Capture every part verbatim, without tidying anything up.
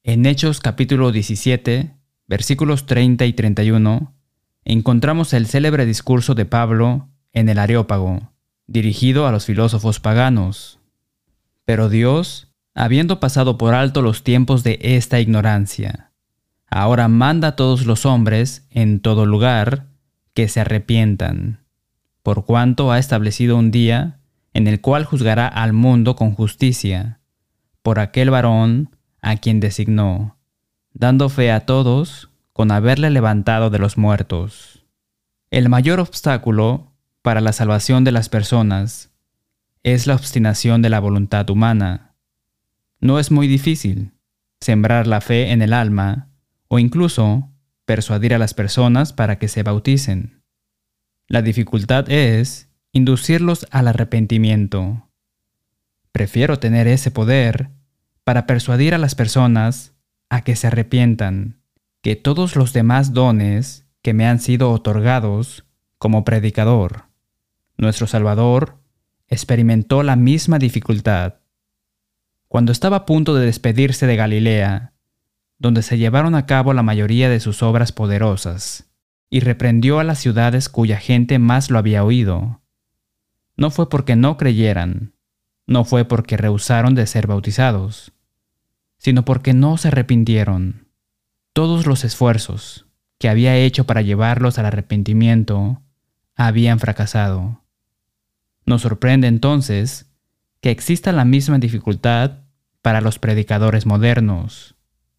En Hechos capítulo diecisiete, versículos treinta y treinta y uno, encontramos el célebre discurso de Pablo en el Areópago, dirigido a los filósofos paganos. Pero Dios, habiendo pasado por alto los tiempos de esta ignorancia, ahora manda a todos los hombres, en todo lugar, que se arrepientan, por cuanto ha establecido un día en el cual juzgará al mundo con justicia, por aquel varón a quien designó, dando fe a todos con haberle levantado de los muertos. El mayor obstáculo para la salvación de las personas es la obstinación de la voluntad humana. No es muy difícil sembrar la fe en el alma o incluso persuadir a las personas para que se bauticen. La dificultad es inducirlos al arrepentimiento. Prefiero tener ese poder para persuadir a las personas a que se arrepientan, que todos los demás dones que me han sido otorgados como predicador. Nuestro Salvador experimentó la misma dificultad. Cuando estaba a punto de despedirse de Galilea, donde se llevaron a cabo la mayoría de sus obras poderosas, y reprendió a las ciudades cuya gente más lo había oído, no fue porque no creyeran, no fue porque rehusaron de ser bautizados, sino porque no se arrepintieron. Todos los esfuerzos que había hecho para llevarlos al arrepentimiento habían fracasado. Nos sorprende entonces que exista la misma dificultad para los predicadores modernos.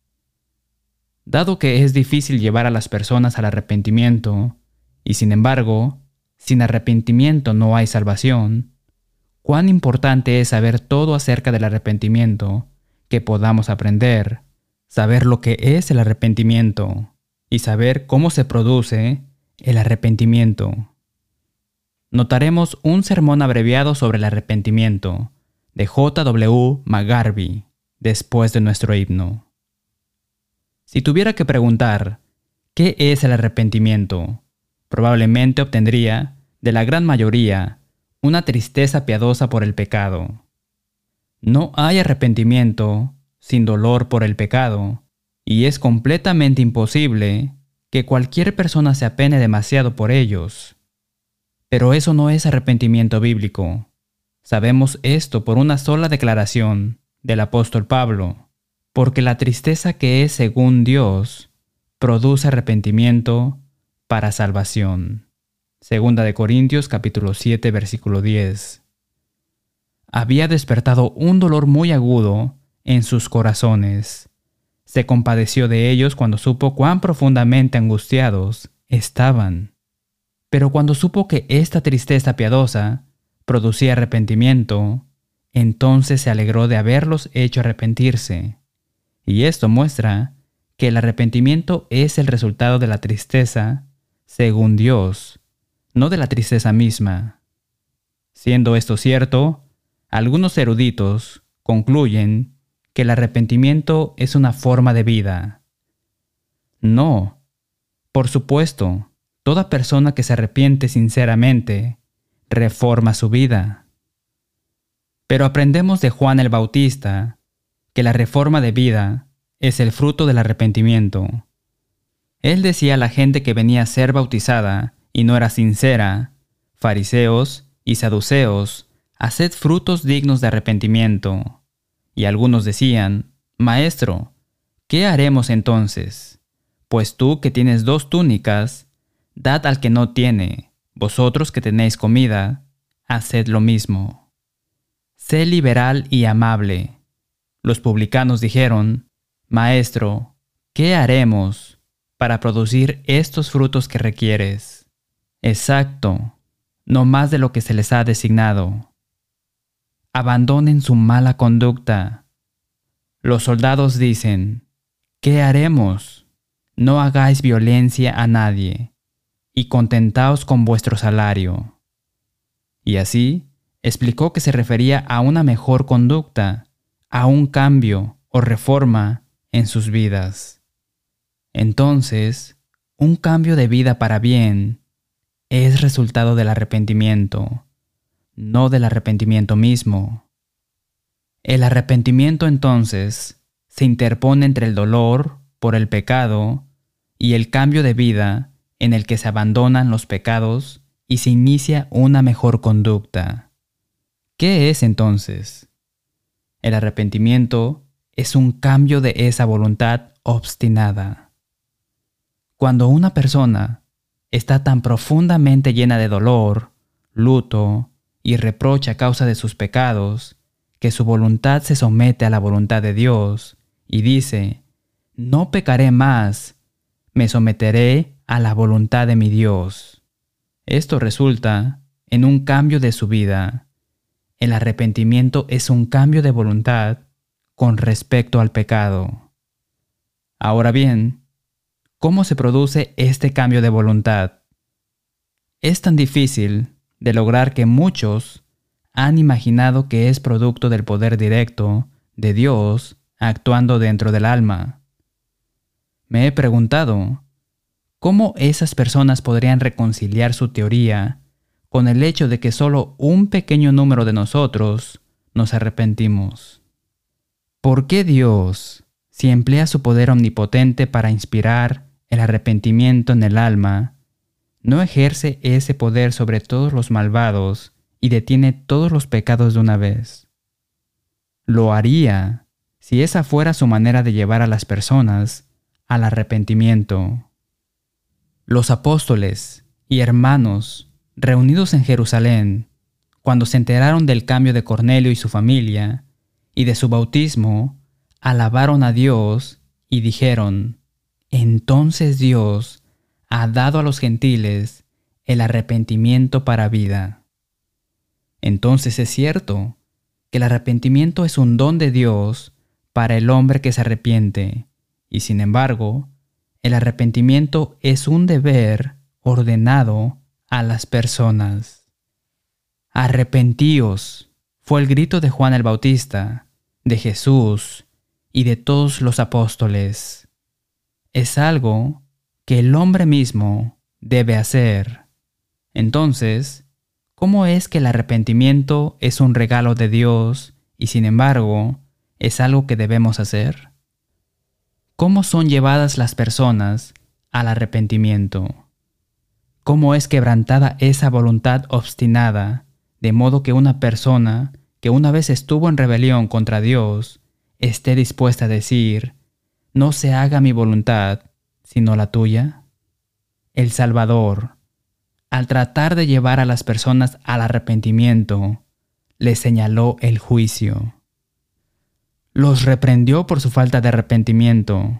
Dado que es difícil llevar a las personas al arrepentimiento, y sin embargo, sin arrepentimiento no hay salvación, cuán importante es saber todo acerca del arrepentimiento que podamos aprender, saber lo que es el arrepentimiento y saber cómo se produce el arrepentimiento. Notaremos un sermón abreviado sobre el arrepentimiento de J W McGarvey después de nuestro himno. Si tuviera que preguntar ¿qué es el arrepentimiento?, probablemente obtendría, de la gran mayoría, una tristeza piadosa por el pecado. No hay arrepentimiento sin dolor por el pecado, y es completamente imposible que cualquier persona se apene demasiado por ellos. Pero eso no es arrepentimiento bíblico. Sabemos esto por una sola declaración del apóstol Pablo, porque la tristeza que es según Dios produce arrepentimiento para salvación. Segunda de Corintios capítulo siete versículo diez. Había despertado un dolor muy agudo en sus corazones. Se compadeció de ellos cuando supo cuán profundamente angustiados estaban. Pero cuando supo que esta tristeza piadosa producía arrepentimiento, entonces se alegró de haberlos hecho arrepentirse. Y esto muestra que el arrepentimiento es el resultado de la tristeza según Dios, no de la tristeza misma. Siendo esto cierto, algunos eruditos concluyen que el arrepentimiento es una forma de vida. No, por supuesto, toda persona que se arrepiente sinceramente reforma su vida. Pero aprendemos de Juan el Bautista que la reforma de vida es el fruto del arrepentimiento. Él decía a la gente que venía a ser bautizada y no era sincera, fariseos y saduceos, haced frutos dignos de arrepentimiento. Y algunos decían, Maestro, ¿qué haremos entonces? Pues tú que tienes dos túnicas, dad al que no tiene, vosotros que tenéis comida, haced lo mismo. Sé liberal y amable. Los publicanos dijeron, Maestro, ¿qué haremos para producir estos frutos que requieres? Exacto, no más de lo que se les ha designado. Abandonen su mala conducta. Los soldados dicen, ¿qué haremos? No hagáis violencia a nadie, y contentaos con vuestro salario. Y así explicó que se refería a una mejor conducta, a un cambio o reforma en sus vidas. Entonces, un cambio de vida para bien es resultado del arrepentimiento, no del arrepentimiento mismo. El arrepentimiento entonces se interpone entre el dolor por el pecado y el cambio de vida en el que se abandonan los pecados y se inicia una mejor conducta. ¿Qué es entonces? El arrepentimiento es un cambio de esa voluntad obstinada. Cuando una persona está tan profundamente llena de dolor, luto y reproche a causa de sus pecados, que su voluntad se somete a la voluntad de Dios y dice: no pecaré más, me someteré a la voluntad de mi Dios. Esto resulta en un cambio de su vida. El arrepentimiento es un cambio de voluntad con respecto al pecado. Ahora bien, ¿cómo se produce este cambio de voluntad? Es tan difícil de lograr que muchos han imaginado que es producto del poder directo de Dios actuando dentro del alma. Me he preguntado, ¿cómo esas personas podrían reconciliar su teoría con el hecho de que solo un pequeño número de nosotros nos arrepentimos? ¿Por qué Dios, si emplea su poder omnipotente para inspirar el arrepentimiento en el alma, no ejerce ese poder sobre todos los malvados y detiene todos los pecados de una vez? Lo haría si esa fuera su manera de llevar a las personas al arrepentimiento. Los apóstoles y hermanos reunidos en Jerusalén, cuando se enteraron del cambio de Cornelio y su familia y de su bautismo, alabaron a Dios y dijeron: entonces Dios ha dado a los gentiles el arrepentimiento para vida. Entonces es cierto que el arrepentimiento es un don de Dios para el hombre que se arrepiente, y sin embargo, el arrepentimiento es un deber ordenado a las personas. Arrepentíos, fue el grito de Juan el Bautista, de Jesús y de todos los apóstoles. Es algo que el hombre mismo debe hacer. Entonces, ¿cómo es que el arrepentimiento es un regalo de Dios y sin embargo es algo que debemos hacer? ¿Cómo son llevadas las personas al arrepentimiento? ¿Cómo es quebrantada esa voluntad obstinada, de modo que una persona que una vez estuvo en rebelión contra Dios esté dispuesta a decir: no se haga mi voluntad, sino la tuya? El Salvador, al tratar de llevar a las personas al arrepentimiento, les señaló el juicio. Los reprendió por su falta de arrepentimiento.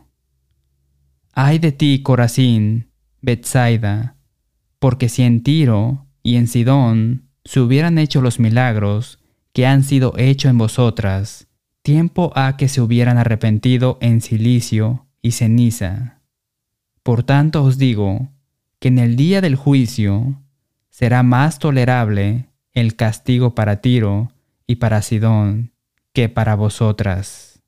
Ay de ti, Corazín, Betsaida, porque si en Tiro y en Sidón se hubieran hecho los milagros que han sido hechos en vosotras, tiempo ha que se hubieran arrepentido en cilicio y ceniza. Por tanto os digo que en el día del juicio será más tolerable el castigo para Tiro y para Sidón que para vosotras.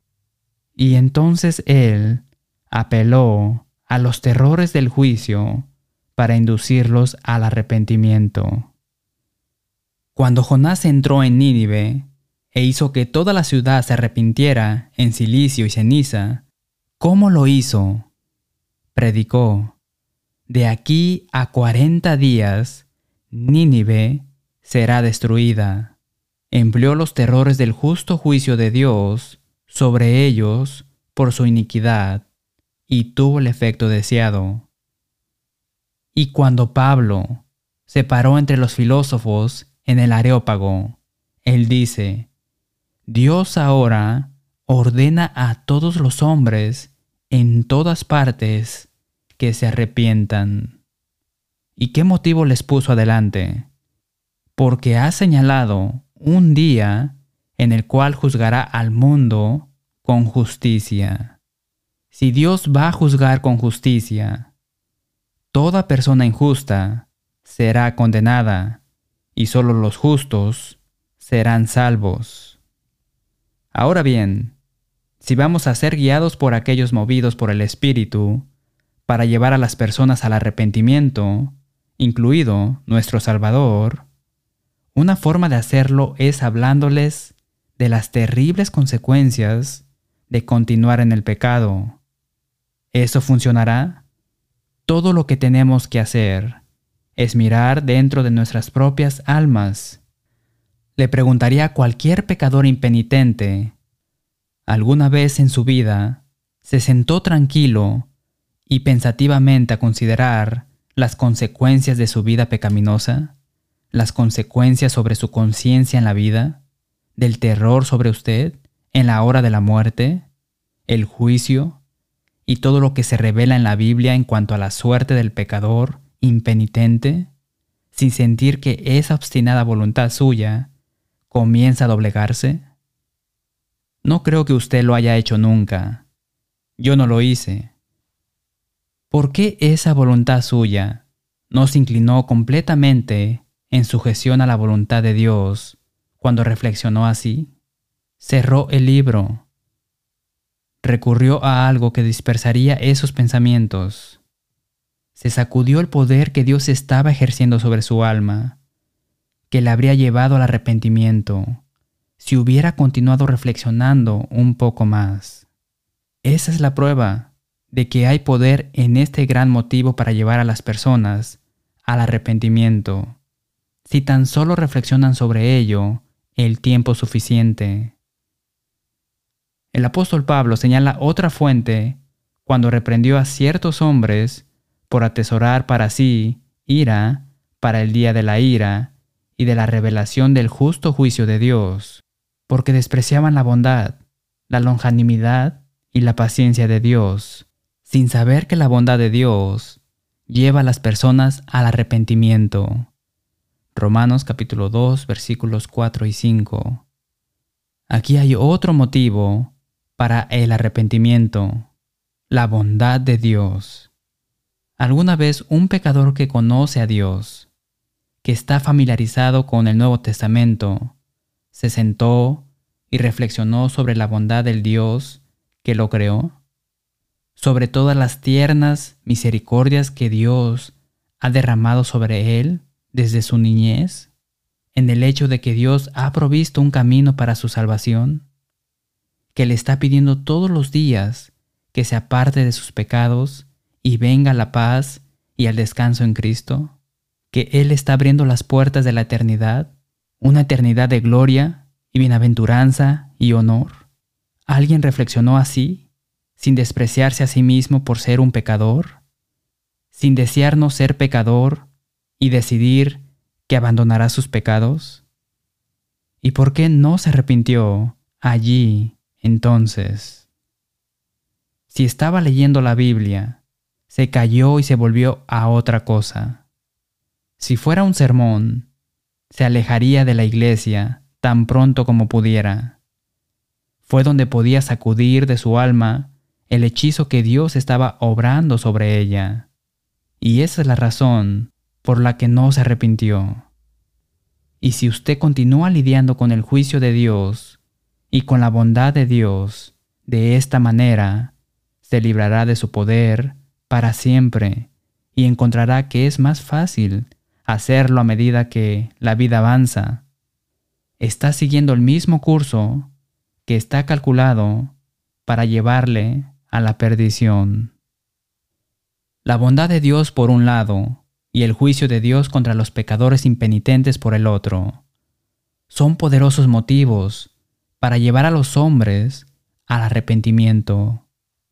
Y entonces él apeló a los terrores del juicio para inducirlos al arrepentimiento. Cuando Jonás entró en Nínive e hizo que toda la ciudad se arrepintiera en cilicio y ceniza, ¿cómo lo hizo? Predicó: de aquí a cuarenta días, Nínive será destruida. Empleó los terrores del justo juicio de Dios sobre ellos por su iniquidad, y tuvo el efecto deseado. Y cuando Pablo se paró entre los filósofos en el Areópago, él dice: Dios ahora ordena a todos los hombres en todas partes que se arrepientan. ¿Y qué motivo les puso adelante? Porque ha señalado un día en el cual juzgará al mundo con justicia. Si Dios va a juzgar con justicia, toda persona injusta será condenada y solo los justos serán salvos. Ahora bien, si vamos a ser guiados por aquellos movidos por el Espíritu para llevar a las personas al arrepentimiento, incluido nuestro Salvador, una forma de hacerlo es hablándoles de las terribles consecuencias de continuar en el pecado. ¿Eso funcionará? Todo lo que tenemos que hacer es mirar dentro de nuestras propias almas. Le preguntaría a cualquier pecador impenitente, ¿alguna vez en su vida se sentó tranquilo y pensativamente a considerar las consecuencias de su vida pecaminosa? ¿Las consecuencias sobre su conciencia en la vida? ¿Del terror sobre usted en la hora de la muerte? ¿El juicio? ¿Y todo lo que se revela en la Biblia en cuanto a la suerte del pecador impenitente? Sin sentir que esa obstinada voluntad suya comienza a doblegarse. No creo que usted lo haya hecho nunca. Yo no lo hice. ¿Por qué esa voluntad suya no se inclinó completamente en sujeción a la voluntad de Dios cuando reflexionó así? Cerró el libro. Recurrió a algo que dispersaría esos pensamientos. Se sacudió el poder que Dios estaba ejerciendo sobre su alma, que le habría llevado al arrepentimiento si hubiera continuado reflexionando un poco más. Esa es la prueba de que hay poder en este gran motivo para llevar a las personas al arrepentimiento, si tan solo reflexionan sobre ello el tiempo suficiente. El apóstol Pablo señala otra fuente cuando reprendió a ciertos hombres por atesorar para sí ira para el día de la ira y de la revelación del justo juicio de Dios, porque despreciaban la bondad, la longanimidad y la paciencia de Dios, sin saber que la bondad de Dios lleva a las personas al arrepentimiento. Romanos capítulo dos, versículos cuatro y cinco. Aquí hay otro motivo para el arrepentimiento: la bondad de Dios. ¿Alguna vez un pecador que conoce a Dios, que está familiarizado con el Nuevo Testamento, se sentó y reflexionó sobre la bondad del Dios que lo creó? Sobre todas las tiernas misericordias que Dios ha derramado sobre él desde su niñez, en el hecho de que Dios ha provisto un camino para su salvación, que le está pidiendo todos los días que se aparte de sus pecados y venga a la paz y al descanso en Cristo, que Él está abriendo las puertas de la eternidad, una eternidad de gloria y bienaventuranza y honor. ¿Alguien reflexionó así, sin despreciarse a sí mismo por ser un pecador, sin desear no ser pecador y decidir que abandonará sus pecados? ¿Y por qué no se arrepintió allí entonces? Si estaba leyendo la Biblia, se calló y se volvió a otra cosa. Si fuera un sermón, se alejaría de la iglesia tan pronto como pudiera. Fue donde podía sacudir de su alma el hechizo que Dios estaba obrando sobre ella. Y esa es la razón por la que no se arrepintió. Y si usted continúa lidiando con el juicio de Dios y con la bondad de Dios de esta manera, se librará de su poder para siempre y encontrará que es más fácil hacerlo a medida que la vida avanza. Está siguiendo el mismo curso que está calculado para llevarle a la perdición. La bondad de Dios por un lado y el juicio de Dios contra los pecadores impenitentes por el otro son poderosos motivos para llevar a los hombres al arrepentimiento.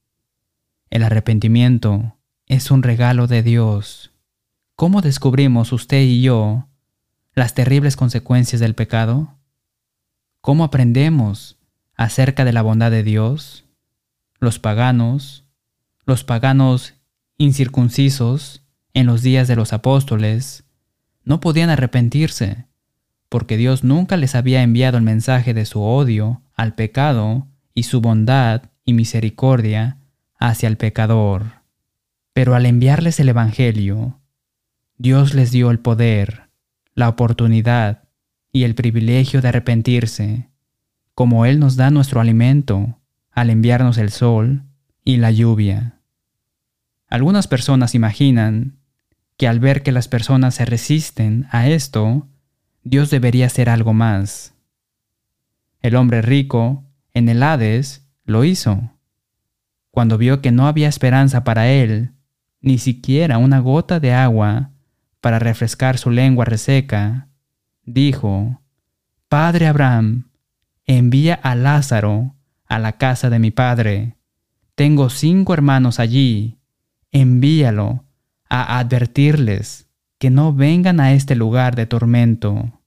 El arrepentimiento es un regalo de Dios. ¿Cómo descubrimos usted y yo las terribles consecuencias del pecado? ¿Cómo aprendemos acerca de la bondad de Dios? Los paganos, los paganos incircuncisos en los días de los apóstoles, no podían arrepentirse, porque Dios nunca les había enviado el mensaje de su odio al pecado y su bondad y misericordia hacia el pecador. Pero al enviarles el Evangelio, Dios les dio el poder, la oportunidad y el privilegio de arrepentirse, como Él nos da nuestro alimento al enviarnos el sol y la lluvia. Algunas personas imaginan que al ver que las personas se resisten a esto, Dios debería hacer algo más. El hombre rico en el Hades Lo hizo. Cuando vio que no había esperanza para él, ni siquiera una gota de agua para refrescar su lengua reseca, dijo: «Padre Abraham, envía a Lázaro a la casa de mi padre. Tengo cinco hermanos allí. Envíalo a advertirles que no vengan a este lugar de tormento».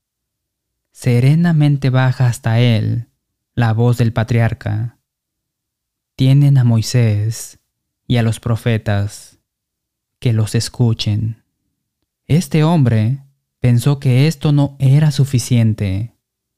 Serenamente baja hasta él la voz del patriarca. Tienen a Moisés y a los profetas, que los escuchen. Este hombre pensó que esto no era suficiente.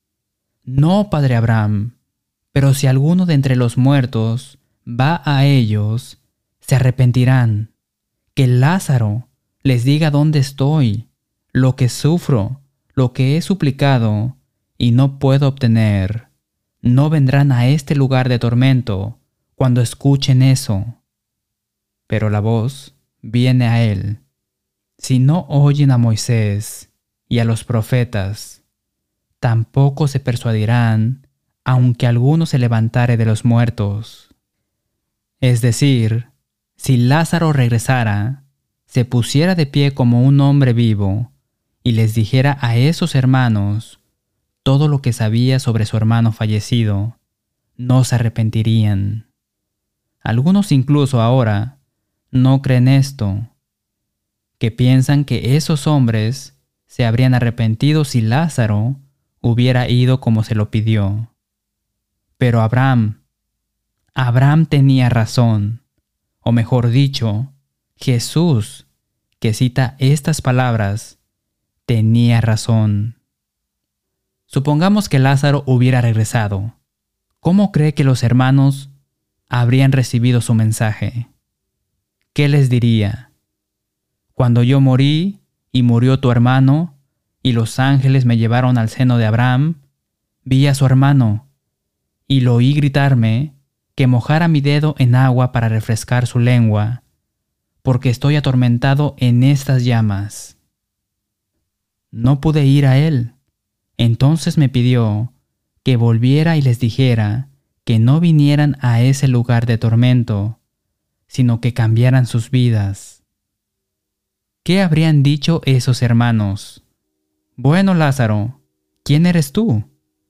«No, padre Abraham, pero si alguno de entre los muertos va a ellos, se arrepentirán. Que Lázaro les diga dónde estoy, lo que sufro, lo que he suplicado y no puedo obtener. No vendrán a este lugar de tormento cuando escuchen eso». Pero la voz viene a él: «Si no oyen a Moisés y a los profetas, tampoco se persuadirán, aunque alguno se levantare de los muertos». Es decir, si Lázaro regresara, se pusiera de pie como un hombre vivo y les dijera a esos hermanos todo lo que sabía sobre su hermano fallecido, no se arrepentirían. Algunos incluso ahora no creen esto, que piensan que esos hombres se habrían arrepentido si Lázaro hubiera ido como se lo pidió. Pero Abraham, Abraham tenía razón, o mejor dicho, Jesús, que cita estas palabras, tenía razón. Supongamos que Lázaro hubiera regresado. ¿Cómo cree que los hermanos habrían recibido su mensaje? ¿Qué les diría? «Cuando yo morí y murió tu hermano, y los ángeles me llevaron al seno de Abraham, vi a su hermano, y lo oí gritarme que mojara mi dedo en agua para refrescar su lengua, porque estoy atormentado en estas llamas. No pude ir a él. Entonces me pidió que volviera y les dijera que no vinieran a ese lugar de tormento, sino que cambiaran sus vidas». ¿Qué habrían dicho esos hermanos? «Bueno, Lázaro, ¿quién eres tú?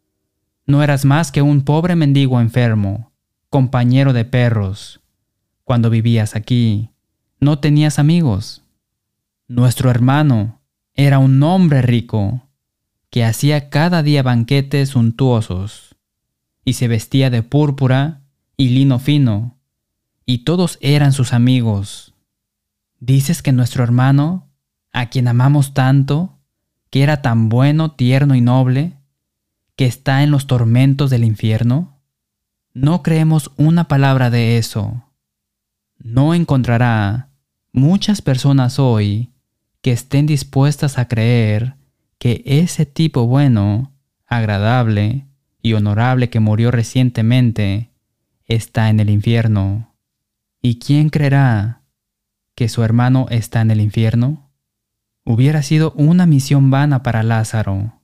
No eras más que un pobre mendigo enfermo, compañero de perros. Cuando vivías aquí, no tenías amigos. Nuestro hermano era un hombre rico, que hacía cada día banquetes suntuosos, y se vestía de púrpura y lino fino, y todos eran sus amigos. ¿Dices que nuestro hermano, a quien amamos tanto, que era tan bueno, tierno y noble, que está en los tormentos del infierno? No creemos una palabra de eso. No encontrará muchas personas hoy que estén dispuestas a creer que ese tipo bueno, agradable y honorable que murió recientemente está en el infierno. ¿Y quién creerá que su hermano está en el infierno? Hubiera sido una misión vana para Lázaro.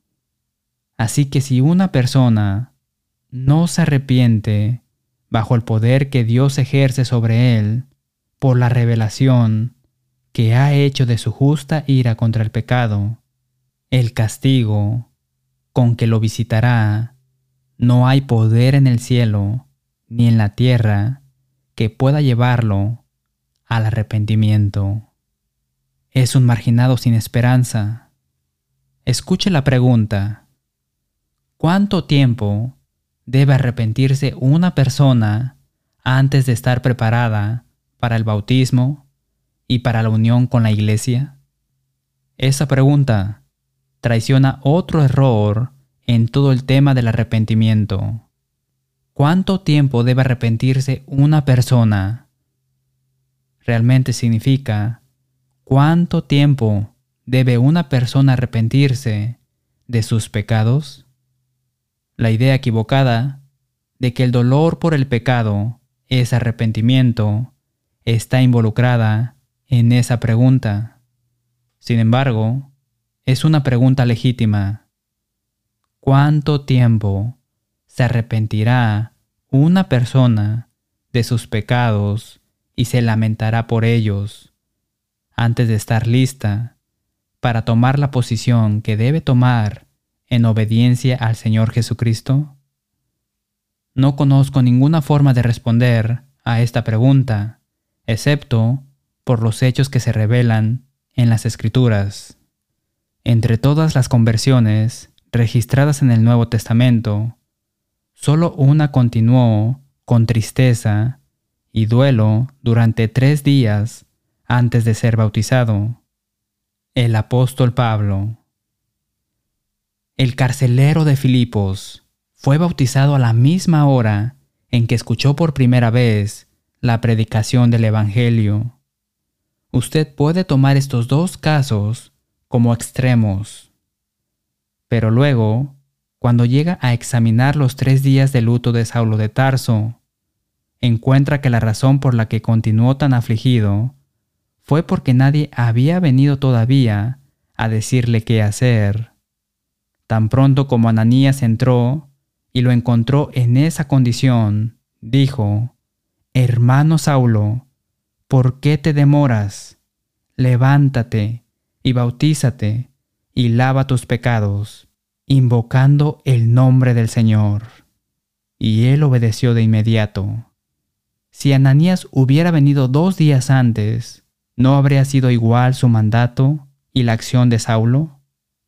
Así que si una persona no se arrepiente bajo el poder que Dios ejerce sobre él por la revelación que ha hecho de su justa ira contra el pecado, el castigo con que lo visitará, no hay poder en el cielo ni en la tierra que pueda llevarlo al arrepentimiento. Es un marginado sin esperanza. Escuche la pregunta: ¿cuánto tiempo debe arrepentirse una persona antes de estar preparada para el bautismo y para la unión con la iglesia? Esa pregunta traiciona otro error en todo el tema del arrepentimiento. ¿Cuánto tiempo debe arrepentirse una persona? Realmente significa ¿cuánto tiempo debe una persona arrepentirse de sus pecados? La idea equivocada de que el dolor por el pecado es arrepentimiento está involucrada en esa pregunta. Sin embargo, es una pregunta legítima. ¿Cuánto tiempo se arrepentirá una persona de sus pecados y se lamentará por ellos, antes de estar lista para tomar la posición que debe tomar en obediencia al Señor Jesucristo? No conozco ninguna forma de responder a esta pregunta, excepto por los hechos que se revelan en las Escrituras. Entre todas las conversiones registradas en el Nuevo Testamento, solo una continuó con tristeza y duelo durante tres días antes de ser bautizado: el apóstol Pablo. El carcelero de Filipos fue bautizado a la misma hora en que escuchó por primera vez la predicación del Evangelio. Usted puede tomar estos dos casos como extremos, pero luego, cuando llega a examinar los tres días de luto de Saulo de Tarso, encuentra que la razón por la que continuó tan afligido fue porque nadie había venido todavía a decirle qué hacer. Tan pronto como Ananías entró y lo encontró en esa condición, dijo: «Hermano Saulo, ¿por qué te demoras? Levántate y bautízate y lava tus pecados, invocando el nombre del Señor». Y él obedeció de inmediato. Si Ananías hubiera venido dos días antes, ¿no habría sido igual su mandato y la acción de Saulo?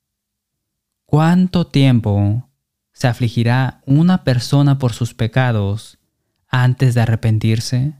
¿Cuánto tiempo se afligirá una persona por sus pecados antes de arrepentirse?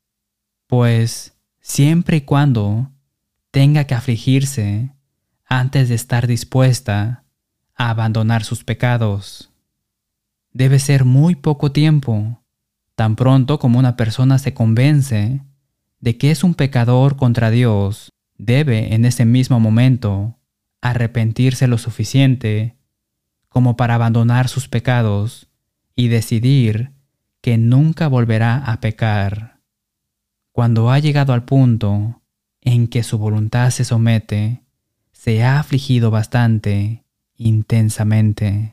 Pues siempre y cuando tenga que afligirse antes de estar dispuesta a abandonar sus pecados. Debe ser muy poco tiempo, tan pronto como una persona se convence de que es un pecador contra Dios, debe en ese mismo momento arrepentirse lo suficiente como para abandonar sus pecados y decidir que nunca volverá a pecar. Cuando ha llegado al punto en que su voluntad se somete, se ha afligido bastante, intensamente.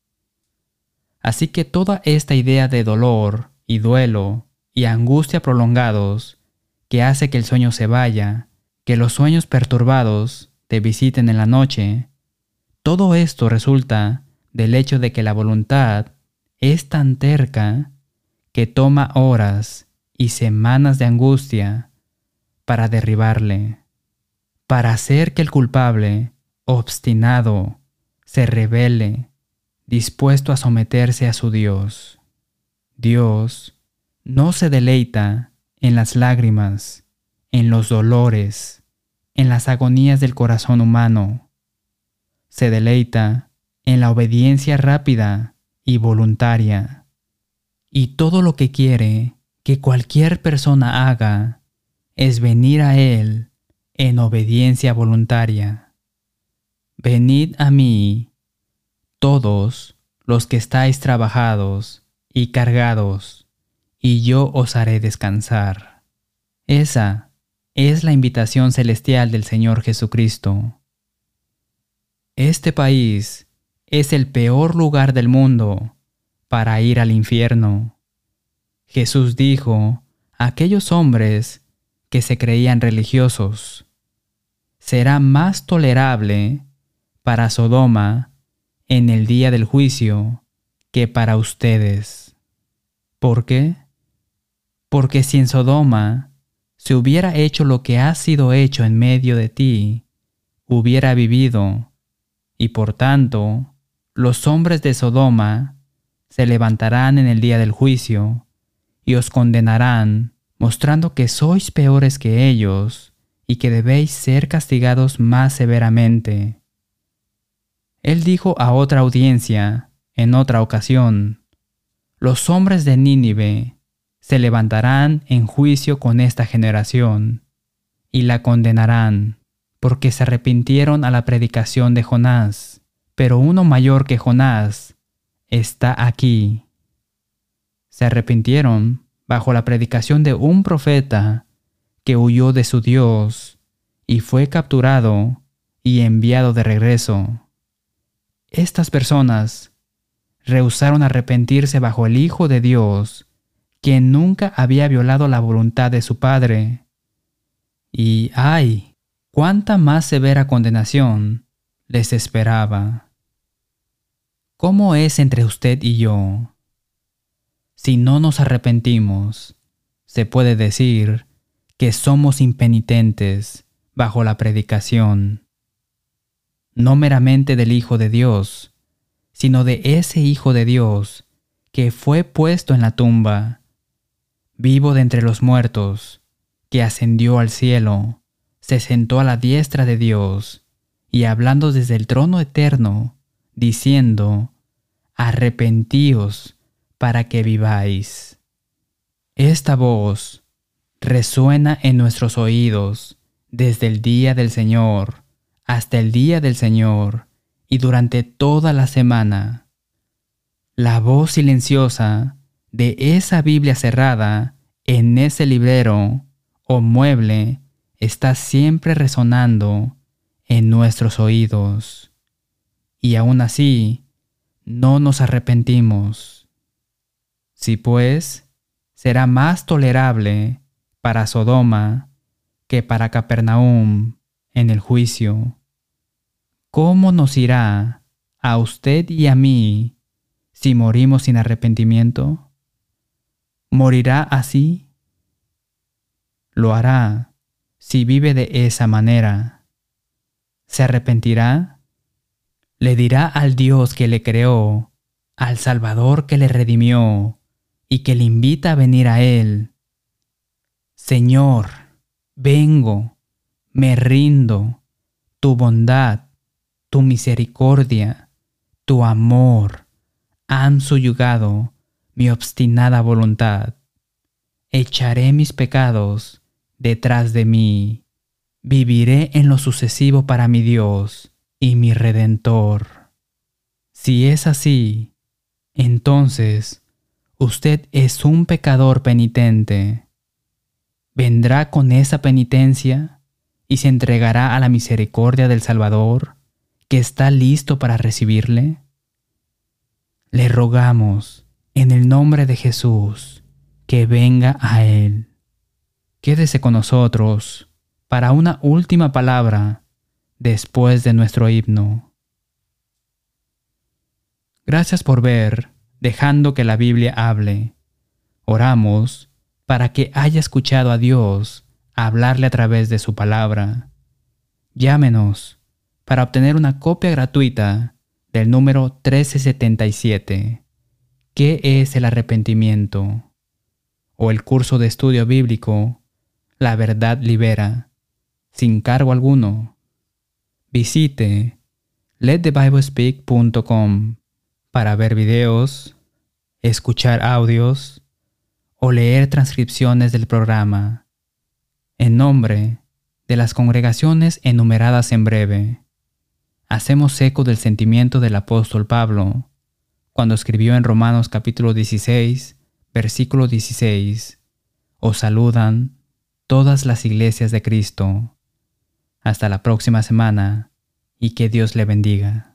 Así que toda esta idea de dolor y duelo y angustia prolongados que hace que el sueño se vaya, que los sueños perturbados te visiten en la noche, todo esto resulta del hecho de que la voluntad es tan terca que toma horas y semanas de angustia para derribarle, para hacer que el culpable, obstinado, se rebele, dispuesto a someterse a su Dios. Dios no se deleita en las lágrimas, en los dolores, en las agonías del corazón humano. Se deleita en la obediencia rápida y voluntaria. Y todo lo que quiere que cualquier persona haga es venir a Él en obediencia voluntaria. Venid a mí, todos los que estáis trabajados y cargados, y yo os haré descansar. Esa es la invitación celestial del Señor Jesucristo. Este país es el peor lugar del mundo para ir al infierno. Jesús dijo a aquellos hombres que se creían religiosos: será más tolerable para Sodoma en el día del juicio que para ustedes. ¿Por qué? Porque si en Sodoma se hubiera hecho lo que ha sido hecho en medio de ti, hubiera vivido, y por tanto, los hombres de Sodoma se levantarán en el día del juicio y os condenarán, mostrando que sois peores que ellos y que debéis ser castigados más severamente. Él dijo a otra audiencia, en otra ocasión: los hombres de Nínive se levantarán en juicio con esta generación y la condenarán, porque se arrepintieron a la predicación de Jonás, pero uno mayor que Jonás está aquí. Se arrepintieron bajo la predicación de un profeta que huyó de su Dios y fue capturado y enviado de regreso. Estas personas rehusaron arrepentirse bajo el Hijo de Dios, quien nunca había violado la voluntad de su Padre. Y ¡ay! ¡Cuánta más severa condenación les esperaba! ¿Cómo es entre usted y yo? Si no nos arrepentimos, se puede decir que somos impenitentes bajo la predicación, no meramente del Hijo de Dios, sino de ese Hijo de Dios que fue puesto en la tumba, vivo de entre los muertos, que ascendió al cielo, se sentó a la diestra de Dios, y hablando desde el trono eterno, diciendo: arrepentíos para que viváis. Esta voz resuena en nuestros oídos desde el día del Señor hasta el día del Señor y durante toda la semana. La voz silenciosa de esa Biblia cerrada en ese librero o mueble está siempre resonando en nuestros oídos. Y aún así, no nos arrepentimos. Si pues, será más tolerable para Sodoma que para Capernaum en el juicio, ¿cómo nos irá a usted y a mí si morimos sin arrepentimiento? ¿Morirá así? Lo hará si vive de esa manera. ¿Se arrepentirá? Le dirá al Dios que le creó, al Salvador que le redimió y que le invita a venir a Él: Señor, vengo, me rindo, tu bondad, tu misericordia, tu amor han subyugado mi obstinada voluntad. Echaré mis pecados detrás de mí, viviré en lo sucesivo para mi Dios y mi Redentor. Si es así, entonces usted es un pecador penitente. ¿Vendrá con esa penitencia y se entregará a la misericordia del Salvador, que está listo para recibirle? Le rogamos, en el nombre de Jesús, que venga a Él. Quédese con nosotros para una última palabra después de nuestro himno. Gracias por ver, dejando que la Biblia hable. Oramos para que haya escuchado a Dios hablarle a través de su palabra. Llámenos para obtener una copia gratuita del número trece setenta y siete, ¿Qué es el arrepentimiento?, o el curso de estudio bíblico La verdad libera, sin cargo alguno. Visite let the bible speak punto com para ver videos, escuchar audios o leer transcripciones del programa. En nombre de las congregaciones enumeradas en breve, hacemos eco del sentimiento del apóstol Pablo cuando escribió en Romanos capítulo dieciséis, versículo dieciséis: os saludan todas las iglesias de Cristo. Hasta la próxima semana y que Dios le bendiga.